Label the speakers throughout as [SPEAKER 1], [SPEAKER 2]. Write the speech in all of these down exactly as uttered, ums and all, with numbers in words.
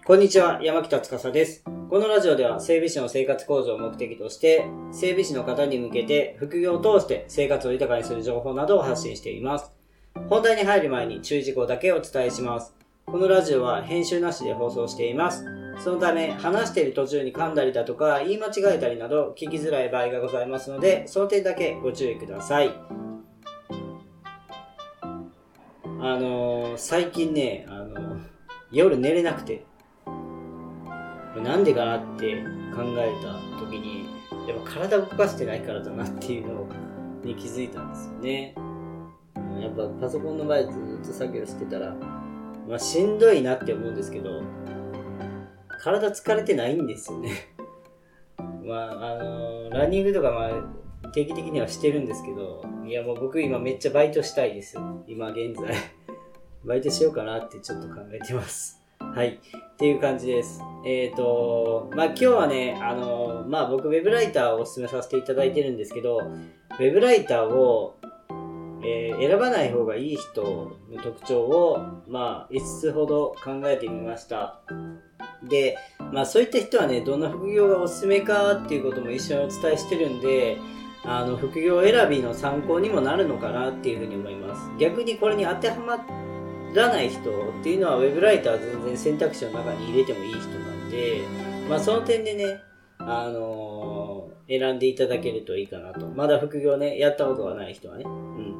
[SPEAKER 1] こんにちは、山北司です。このラジオでは整備士の生活向上を目的として、整備士の方に向けて副業を通して生活を豊かにする情報などを発信しています。本題に入る前に注意事項だけお伝えします。このラジオは編集なしで放送しています。そのため、話している途中に噛んだりだとか、言い間違えたりなど聞きづらい場合がございますので、その点だけご注意ください。あのー、最近ね、あのー、夜寝れなくて、なんでかなって考えた時に、やっぱ体を動かしてないからだなっていうのに気づいたんですよね。やっぱパソコンの前でずっと作業してたら、まあしんどいなって思うんですけど、体疲れてないんですよね。まああのー、ランニングとかまあ定期的にはしてるんですけど、いやもう僕今めっちゃバイトしたいですよ。今現在。バイトしようかなってちょっと考えてます。はい。っていう感じです。えっと、まあ、今日はね、あの、まあ、僕、ウェブライターをお勧めさせていただいてるんですけど、ウェブライターを、えー、選ばない方がいい人の特徴を、まあ、いつつほど考えてみました。で、まあ、そういった人はね、どんな副業がおすすめかっていうことも一緒にお伝えしてるんで、あの、副業選びの参考にもなるのかなっていうふうに思います。逆にこれに当てはまってらない人っていうのはウェブライターは全然選択肢の中に入れてもいい人なんで、まあその点でね、あのー、選んでいただけるといいかなと。まだ副業ね、やったことがない人はね、うん、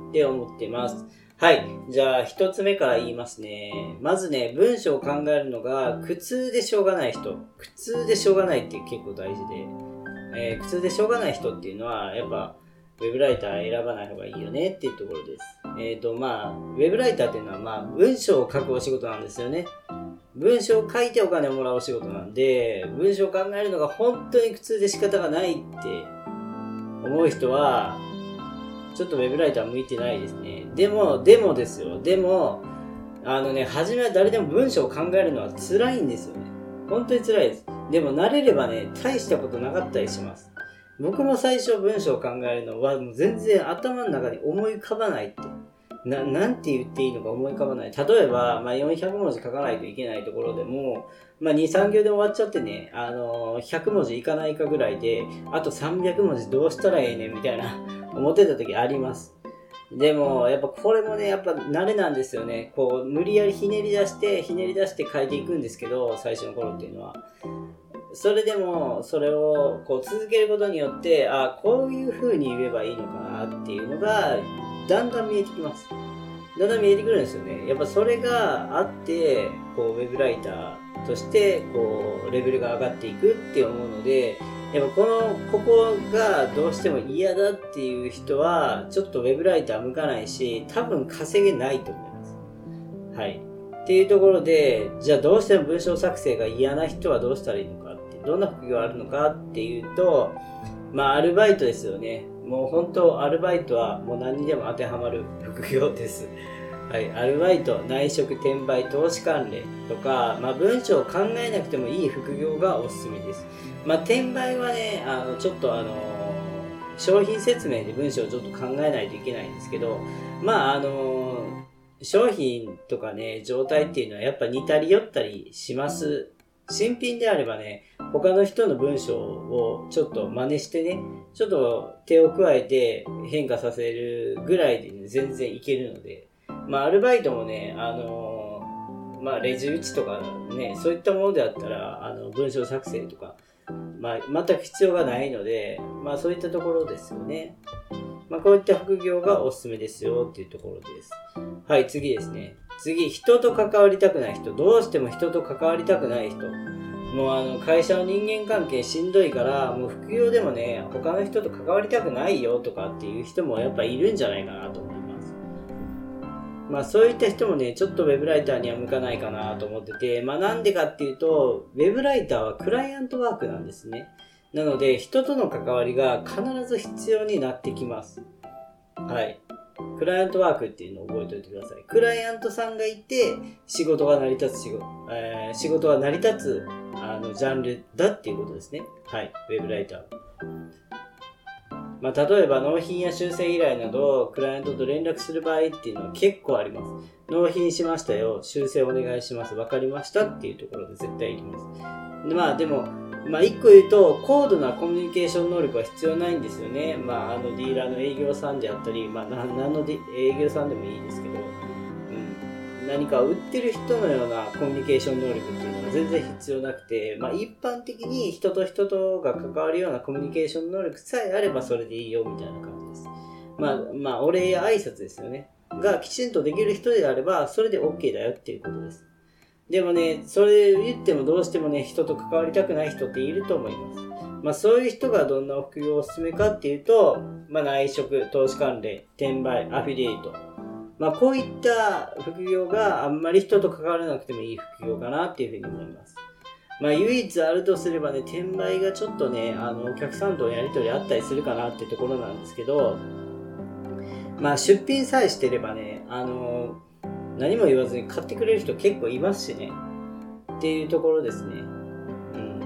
[SPEAKER 1] って思ってます。はい。じゃあ一つ目から言いますね。まずね、文章を考えるのが苦痛でしょうがない人。苦痛でしょうがないって結構大事で、えー、苦痛でしょうがない人っていうのは、やっぱ、ウェブライター選ばない方がいいよねっていうところです。えっと、まあ、ウェブライターっていうのは、まあ、文章を書くお仕事なんですよね。文章を書いてお金をもらうお仕事なんで、文章を考えるのが本当に苦痛で仕方がないって思う人は、ちょっとウェブライター向いてないですね。でも、でもですよ。でも、あのね、初めは誰でも文章を考えるのは辛いんですよね。本当に辛いです。でも慣れればね、大したことなかったりします。僕も最初文章を考えるのはもう全然頭の中に思い浮かばないって。な、なんて言っていいのか思い浮かばない。例えば、まあ、よんひゃくもんじ書かないといけないところでも、まあ、に、さん行で終わっちゃってね、あのー、ひゃくもじいかないかぐらいで、あとさんびゃくもじどうしたらええねんみたいな思ってた時あります。でも、やっぱこれもね、やっぱ慣れなんですよね。こう、無理やりひねり出して、ひねり出して書いていくんですけど、最初の頃っていうのは。それでも、それをこう続けることによって、あ、こういう風に言えばいいのかなっていうのが、だんだん見えてきます。だんだん見えてくるんですよね。やっぱそれがあって、こう、ウェブライターとして、こう、レベルが上がっていくって思うので、やっぱこの、ここがどうしても嫌だっていう人は、ちょっとウェブライター向かないし、多分稼げないと思います。はい。っていうところで、じゃあどうしても文章作成が嫌な人はどうしたらいいのかって、どんな副業あるのかっていうと、まあアルバイトですよね。もう本当アルバイトはもう何にでも当てはまる副業です。はい、アルバイト、内職、転売、投資関連とか、まあ文章を考えなくてもいい副業がおすすめです。まあ転売はね、あのちょっとあの商品説明で文章をちょっと考えないといけないんですけど、まああの商品とかね、状態っていうのはやっぱ似たり寄ったりします。新品であればね、他の人の文章をちょっと真似してね、ちょっと手を加えて変化させるぐらいで、ね、全然いけるので、まあアルバイトもね、あのー、まあレジ打ちとかね、そういったものであったら、あの文章作成とか、まあ全く必要がないので、まあそういったところですよね。まあこういった副業がおすすめですよっていうところです。はい、次ですね。次、人と関わりたくない人。どうしても人と関わりたくない人。もうあの、会社の人間関係しんどいから、もう副業でもね、他の人と関わりたくないよとかっていう人もやっぱいるんじゃないかなと思います。まあそういった人もね、ちょっとウェブライターには向かないかなと思ってて、まあなんでかっていうと、ウェブライターはクライアントワークなんですね。なので、人との関わりが必ず必要になってきます。はい。クライアントワークっていうのを覚えておいてください。クライアントさんがいて、仕事が成り立つ仕事、えー、仕事が成り立つ、あの、ジャンルだっていうことですね。はい。ウェブライター。 まあ、例えば納品や修正依頼などクライアントと連絡する場合っていうのは結構あります。納品しましたよ、修正お願いします、わかりましたっていうところで絶対いります。でまあでもまあ一個言うと高度なコミュニケーション能力は必要ないんですよね。まああのディーラーの営業さんであったり、まあ何の営業さんでもいいですけど、うん、何か売ってる人のようなコミュニケーション能力っていうのは全然必要なくて、まあ一般的に人と人とが関わるようなコミュニケーション能力さえあればそれでいいよみたいな感じです。まあまあお礼や挨拶ですよね。がきちんとできる人であればそれで OK だよっていうことです。でもね、それ言ってもどうしてもね、人と関わりたくない人っていると思います。まあそういう人がどんな副業をおすすめかっていうと、まあ内職、投資関連、転売、アフィリエイト。まあこういった副業があんまり人と関わらなくてもいい副業かなっていうふうに思います。まあ唯一あるとすればね、転売がちょっとね、あのお客さんとのやり取りあったりするかなっていうところなんですけど、まあ出品さえしてればね、あの、何も言わずに買ってくれる人結構いますしね。っていうところですね。うん。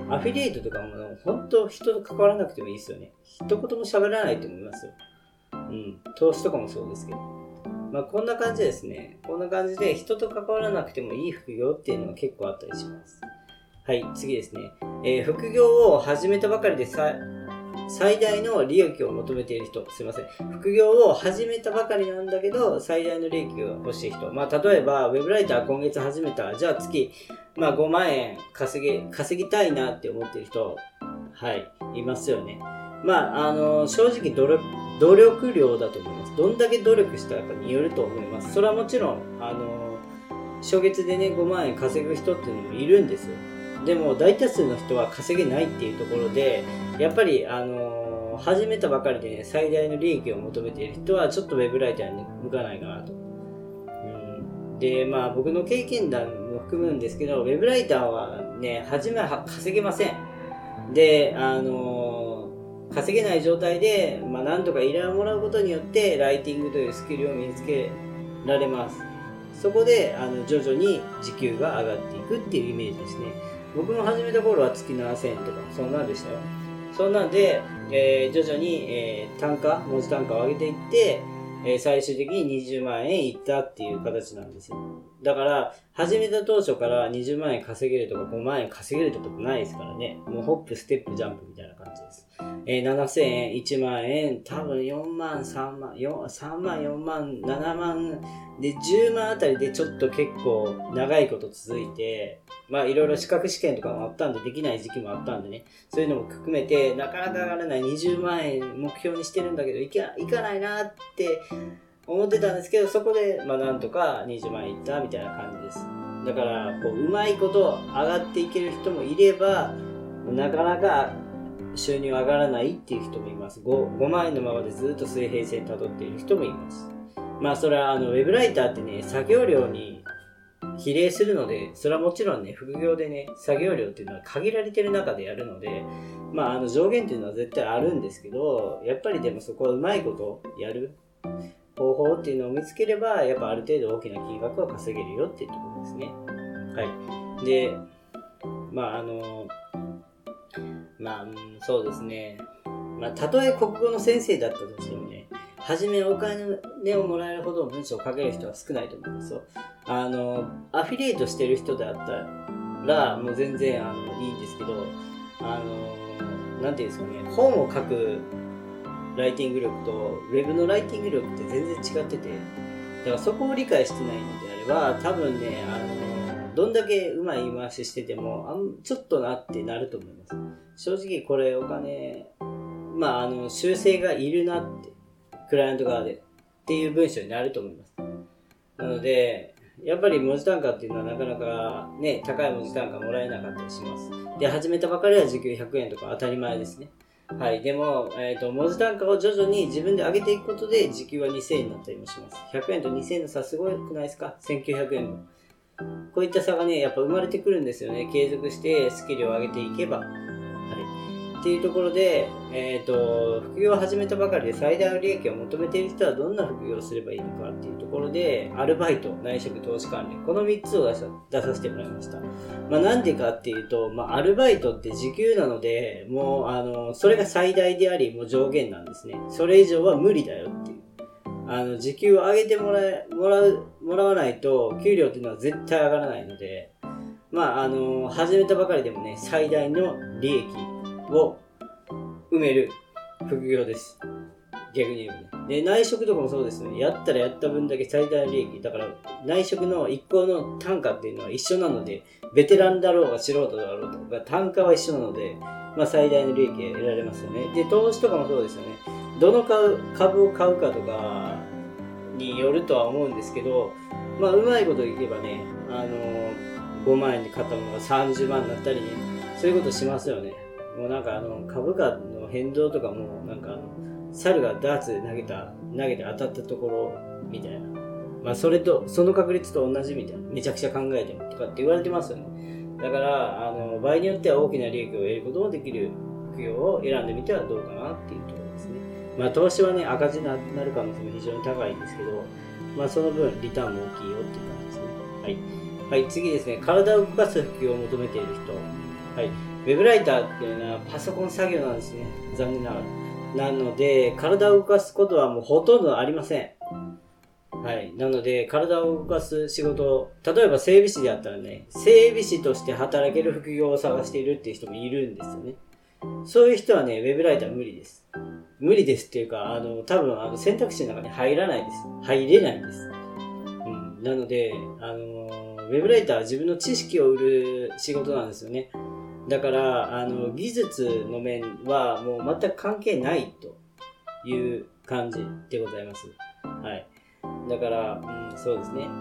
[SPEAKER 1] アフィリエイトとかも本当人と関わらなくてもいいですよね。一言も喋らないと思いますよ。うん。投資とかもそうですけど。まあこんな感じですね。こんな感じで人と関わらなくてもいい副業っていうのが結構あったりします。はい、次ですね。えー、副業を始めたばかりでさ最大の利益を求めている人、すいません。副業を始めたばかりなんだけど、最大の利益が欲しい人。まあ、例えば、ウェブライター今月始めた。じゃあ月、まあ、ごまんえん稼げ、稼ぎたいなって思っている人、はい、いますよね。まあ、あの、正直努力、努力量だと思います。どんだけ努力したかによると思います。それはもちろん、あの、初月でね、ごまんえん稼ぐ人っていうのもいるんですよ。でも大多数の人は稼げないっていうところで、やっぱりあのー、始めたばかりでね、最大の利益を求めている人はちょっとウェブライターに向かないかなと。うん、で、まあ僕の経験談も含むんですけど、ウェブライターはね、初めは稼げません。で、あのー、稼げない状態で、まあなんとか依頼をもらうことによって、ライティングというスキルを身につけられます。そこで、あの、徐々に時給が上がっていくっていうイメージですね。僕の始めた頃は月ななせんえんとか、そんなんでしたよ。そんなんで、えー、徐々に、えー、単価、文字単価を上げていって、えー、最終的ににじゅうまんえんいったっていう形なんですよ。だから、始めた当初からにじゅうまんえん稼げるとかごまんえん稼げるとかないですからね。もうホップ、ステップ、ジャンプみたいな感じです。えー、ななせんえん、いちまんえん、多分よんまん、さんまん、さんまん、よんまん、ななまん、で、じゅうまんあたりでちょっと結構長いこと続いて、まあいろいろ資格試験とかもあったんでできない時期もあったんでね、そういうのも含めてなかなか上がらないにじゅうまんえん目標にしてるんだけどいか、いかないなって思ってたんですけど、そこでまあなんとかにじゅうまんえんいったみたいな感じです。だからこううまいこと上がっていける人もいれば、なかなか収入上がらないっていう人もいます。 5, ごまんえんのままでずっと水平線辿っている人もいます。まあそれはあのウェブライターってね、作業量に比例するので、それはもちろんね、副業でね、作業量っていうのは限られてる中でやるので、まああの上限っていうのは絶対あるんですけど、やっぱりでもそこはうまいことやる方法っていうのを見つければ、やっぱある程度大きな金額を稼げるよっていうところですね。はい。で、まああの、まあ、うん、そうですね。まあ、たとえ国語の先生だったとしてもね、はじめお金をもらえるほど文章を書ける人は少ないと思うんですよ。あの、アフィリエイトしてる人であったら、もう全然あのいいんですけど、あの、なんていうんですかね、本を書くライティング力と、ウェブのライティング力って全然違ってて、だからそこを理解してないのであれば、多分ね、あの、どんだけうまい言い回ししてても、あんちょっとなってなると思います。正直これお金、まあ、あの、修正がいるなって、クライアント側でっていう文章になると思います。なので、やっぱり文字単価っていうのはなかなかね、高い文字単価もらえなかったりします。で、始めたばかりは時給ひゃくえんとか当たり前ですね。はい。でも、えっと、文字単価を徐々に自分で上げていくことで時給はにせんえんになったりもします。ひゃくえんとにせんえんの差すごくないですか？ せんきゅうひゃくえんも。こういった差がね、やっぱ生まれてくるんですよね。継続してスキルを上げていけば。はい。っっていうところで、えっと、副業を始めたばかりで最大の利益を求めている人はどんな副業をすればいいのかっていうところで、アルバイト、内職、投資関連、このみっつを出さ出させてもらいました。まあなんでかっていうと、まあアルバイトって時給なので、もうあの、それが最大であり、もう上限なんですね。それ以上は無理だよっていう。あの、時給を上げてもらえ、もらう、もらわないと、給料っていうのは絶対上がらないので、まああの、始めたばかりでもね、最大の利益を埋める副業です。逆に言うとね。で、内職とかもそうですよね。やったらやった分だけ最大の利益。だから、内職の一個の単価っていうのは一緒なので、ベテランだろうが素人だろうとか、単価は一緒なので、まあ最大の利益が得られますよね。で、投資とかもそうですよね。どの株を買うかとかによるとは思うんですけど、まあうまいこといけばね、あの、ごまんえんで買ったものがさんじゅうまんになったりね、そういうことしますよね。もうなんかあの、株価の変動とかも、なんかあの、猿がダーツで投げた、投げて当たったところみたいな。まあそれと、その確率と同じみたいな。めちゃくちゃ考えてもとかって言われてますよね。だから、あの、場合によっては大きな利益を得ることもできる副業を選んでみてはどうかなっていうところですね。まあ投資はね、赤字になる可能性も非常に高いんですけど、まあその分リターンも大きいよっていう感じですね。はい。はい、次ですね。体を動かす副業を求めている人。はい。ウェブライターっていうのはパソコン作業なんですね。残念ながら。なので、体を動かすことはもうほとんどありません。はい。なので、体を動かす仕事、例えば整備士であったらね、整備士として働ける副業を探しているっていう人もいるんですよね。そういう人はね、ウェブライター無理です。無理ですっていうか、あの、多分あの選択肢の中に入らないです。入れないんです。うん。なので、あの、ウェブライターは自分の知識を売る仕事なんですよね。だから、あの、技術の面はもう全く関係ないという感じでございます。はい。だから、うん、そうですね。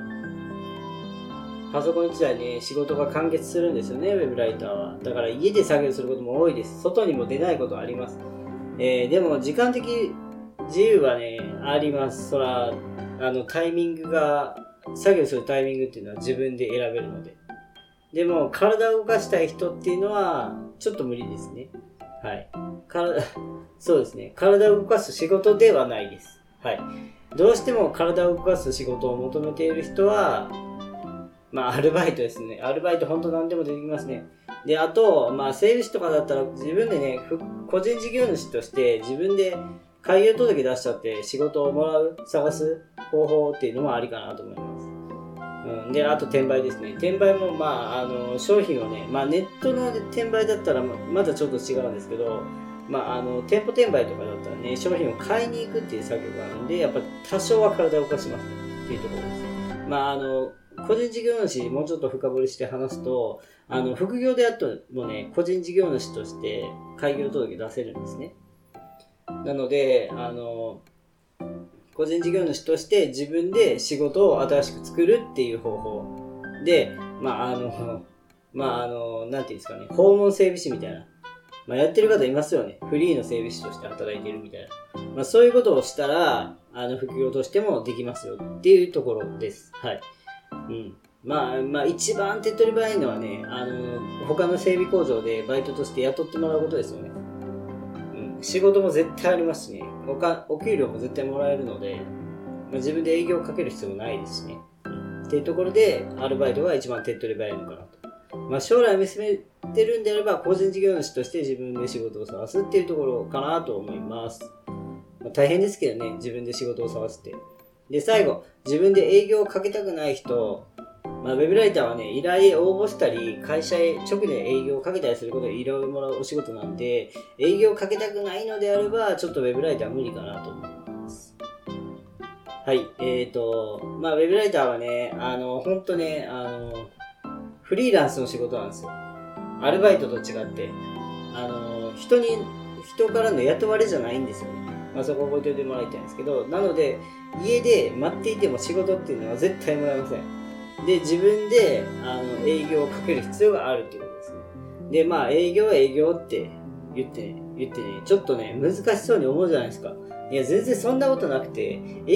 [SPEAKER 1] パソコンいちだいね、仕事が完結するんですよね、ウェブライターは。だから家で作業することも多いです。外にも出ないことはあります。えー、でも時間的自由はね、あります。そら、あの、タイミングが、作業するタイミングっていうのは自分で選べるので。でも、体を動かしたい人っていうのは、ちょっと無理ですね。はい。体、そうですね。体を動かす仕事ではないです。はい。どうしても体を動かす仕事を求めている人は、まあ、アルバイトですね。アルバイトほんと何でもできますね。で、あと、まあ、整備士とかだったら自分でね、個人事業主として自分で開業届出しちゃって仕事をもらう、探す方法っていうのもありかなと思います。うん、で、あと転売ですね。転売も、まあ、あの、商品をね、まあ、ネットの転売だったらまだちょっと違うんですけど、まあ、あの、店舗転売とかだったらね、商品を買いに行くっていう作業があるんで、やっぱ多少は体を動かしますっていうところです。まあ、あの、個人事業主、もうちょっと深掘りして話すと、あの、副業であってもね、個人事業主として開業届出せるんですね。なので、あの、個人事業主として自分で仕事を新しく作るっていう方法で、まあ、あの、まあ、あの、なんていうんですかね、訪問整備士みたいな。まあ、やってる方いますよね。フリーの整備士として働いているみたいな。まあ、そういうことをしたら、あの、副業としてもできますよっていうところです。はい。うん。まあ、まあ、一番手っ取り早いのはね、あの、他の整備工場でバイトとして雇ってもらうことですよね。うん。仕事も絶対ありますしね。おか、お給料も絶対もらえるので、まあ、自分で営業をかける必要もないですしね。うん。っていうところで、アルバイトが一番手っ取り早いのかなと。まあ、将来見つめてるんであれば、個人事業主として自分で仕事を探すっていうところかなと思います。まあ、大変ですけどね、自分で仕事を探すって。で、最後、自分で営業をかけたくない人、まあ、ウェブライターはね、依頼応募したり、会社へ直で営業をかけたりすることで依頼をもらうお仕事なんで、営業をかけたくないのであれば、ちょっとウェブライターは無理かなと思います。はい、えーと、まあ、ウェブライターはね、あの、ほんとね、あの、フリーランスの仕事なんですよ。アルバイトと違って、あの、人に、人からの雇われじゃないんですよね。まあ、そこ覚えておいてもらいたいんですけど、なので、家で待っていても仕事っていうのは絶対もらえません。で、自分で、あの、営業をかける必要があるっていうことですね。で、まあ、営業営業って言ってね、言ってね、ちょっとね、難しそうに思うじゃないですか。いや、全然そんなことなくて、営業っ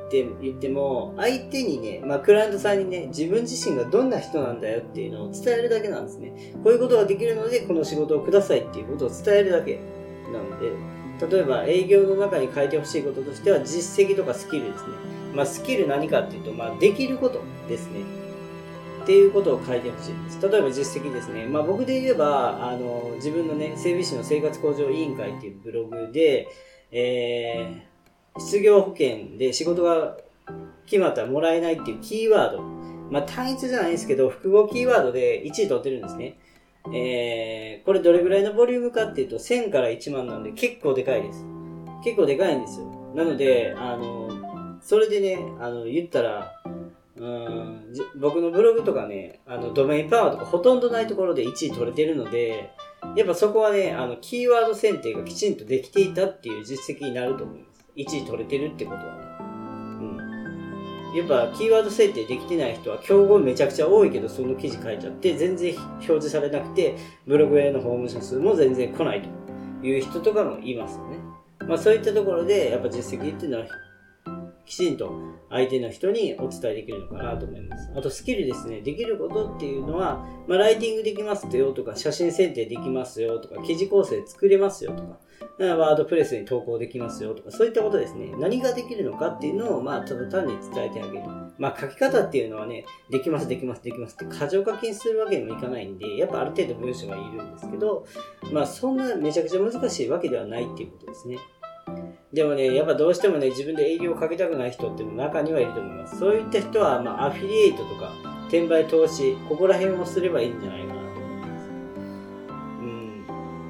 [SPEAKER 1] って言っても、相手にね、まあ、クライアントさんにね、自分自身がどんな人なんだよっていうのを伝えるだけなんですね。こういうことができるので、この仕事をくださいっていうことを伝えるだけなので、例えば営業の中に書いてほしいこととしては、実績とかスキルですね。まあ、スキル何かっていうと、まあ、できることですね。っていうことを書いてほしいです。例えば実績ですね。まあ僕で言えば、あの、自分のね、整備士の生活向上委員会っていうブログで、えー、失業保険で仕事が決まったらもらえないっていうキーワード。まあ単一じゃないですけど、複合キーワードでいちい取ってるんですね。えー、これどれぐらいのボリュームかっていうと、せんからいちまんなんで結構でかいです。結構でかいんですよ。なので、あの、それでね、あの、言ったら、うーん僕のブログとかね、あのドメインパワーとかほとんどないところでいちい取れてるので、やっぱそこはね、あのキーワード選定がきちんとできていたっていう実績になると思います。いちい取れてるってことはね。うん。やっぱキーワード選定できてない人は競合めちゃくちゃ多いけど、その記事書いちゃって全然表示されなくて、ブログへの訪問者数も全然来ないという人とかもいますよね。まあそういったところで、やっぱ実績っていうのはきちんと相手の人にお伝えできるのかなと思います。あとスキルですね。できることっていうのは、まあ、ライティングできますよとか、写真選定できますよとか、記事構成作れますよとか、ワードプレスに投稿できますよとか、そういったことですね。何ができるのかっていうのを、まあ、ただ単に伝えてあげる。まあ、書き方っていうのはね、できます、できます、できますって過剰書きにするわけにもいかないんで、やっぱある程度文章がいるんですけど、まあ、そんなめちゃくちゃ難しいわけではないっていうことですね。でもね、やっぱどうしてもね、自分で営業をかけたくない人っていうの中にはいると思います。そういった人は、まあ、アフィリエイトとか、転売投資、ここら辺をすればいいんじゃないかなと思います。うん。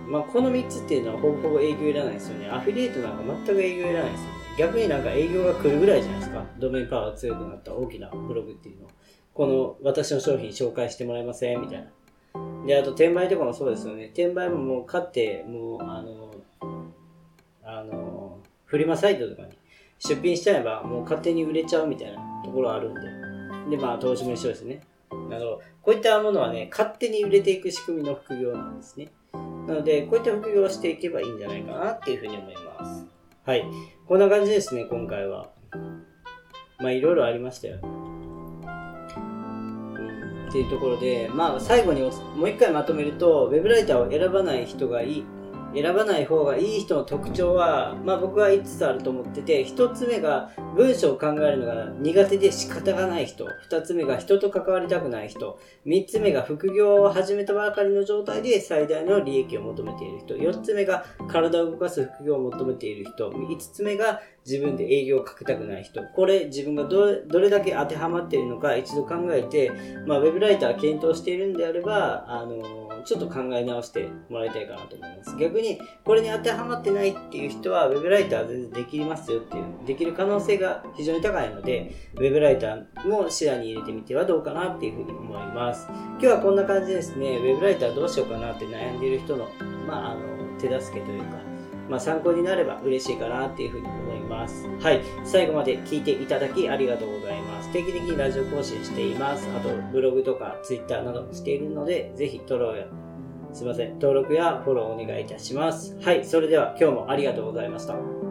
[SPEAKER 1] まあ、このみっつっていうのはほぼほぼ営業いらないですよね。アフィリエイトなんか全く営業いらないですよね。逆になんか営業が来るぐらいじゃないですか。ドメインパワーが強くなった大きなブログっていうのを。この私の商品紹介してもらえませんみたいな。で、あと転売とかもそうですよね。転売ももう買って、もう、あの、あの、フリマサイトとかに出品しちゃえばもう勝手に売れちゃうみたいなところあるんで。で、まあ投資も一緒ですね。あの、こういったものはね、勝手に売れていく仕組みの副業なんですね。なので、こういった副業をしていけばいいんじゃないかなっていうふうに思います。はい。こんな感じですね、今回は。まあいろいろありましたよ。うん、っていうところで、まあ最後にもう一回まとめると、ウェブライターを選ばない人がいい。選ばない方がいい人の特徴は、まあ僕はいつつあると思ってて、一つ目が文章を考えるのが苦手で仕方がない人、二つ目が人と関わりたくない人、三つ目が副業を始めたばかりの状態で最大の利益を求めている人、四つ目が体を動かす副業を求めている人、五つ目が自分で営業をかけたくない人。これ自分がどれ、どれだけ当てはまっているのか一度考えて、まあウェブライター検討しているんであれば、あのちょっと考え直してもらいたいかなと思います。逆にこれに当てはまってないっていう人はウェブライターは全然できますよっていう、できる可能性が非常に高いので、ウェブライターも視野に入れてみてはどうかなっていうふうに思います。今日はこんな感じですね。ウェブライターどうしようかなって悩んでいる人の、まあ、あの手助けというか、まあ、参考になれば嬉しいかなっていうふうに思います。はい。最後まで聞いていただきありがとうございます。定期的にラジオ更新しています。あと、ブログとかツイッターなどもしているので、ぜひ登録や、すいません、登録やフォローお願いいたします。はい。それでは今日もありがとうございました。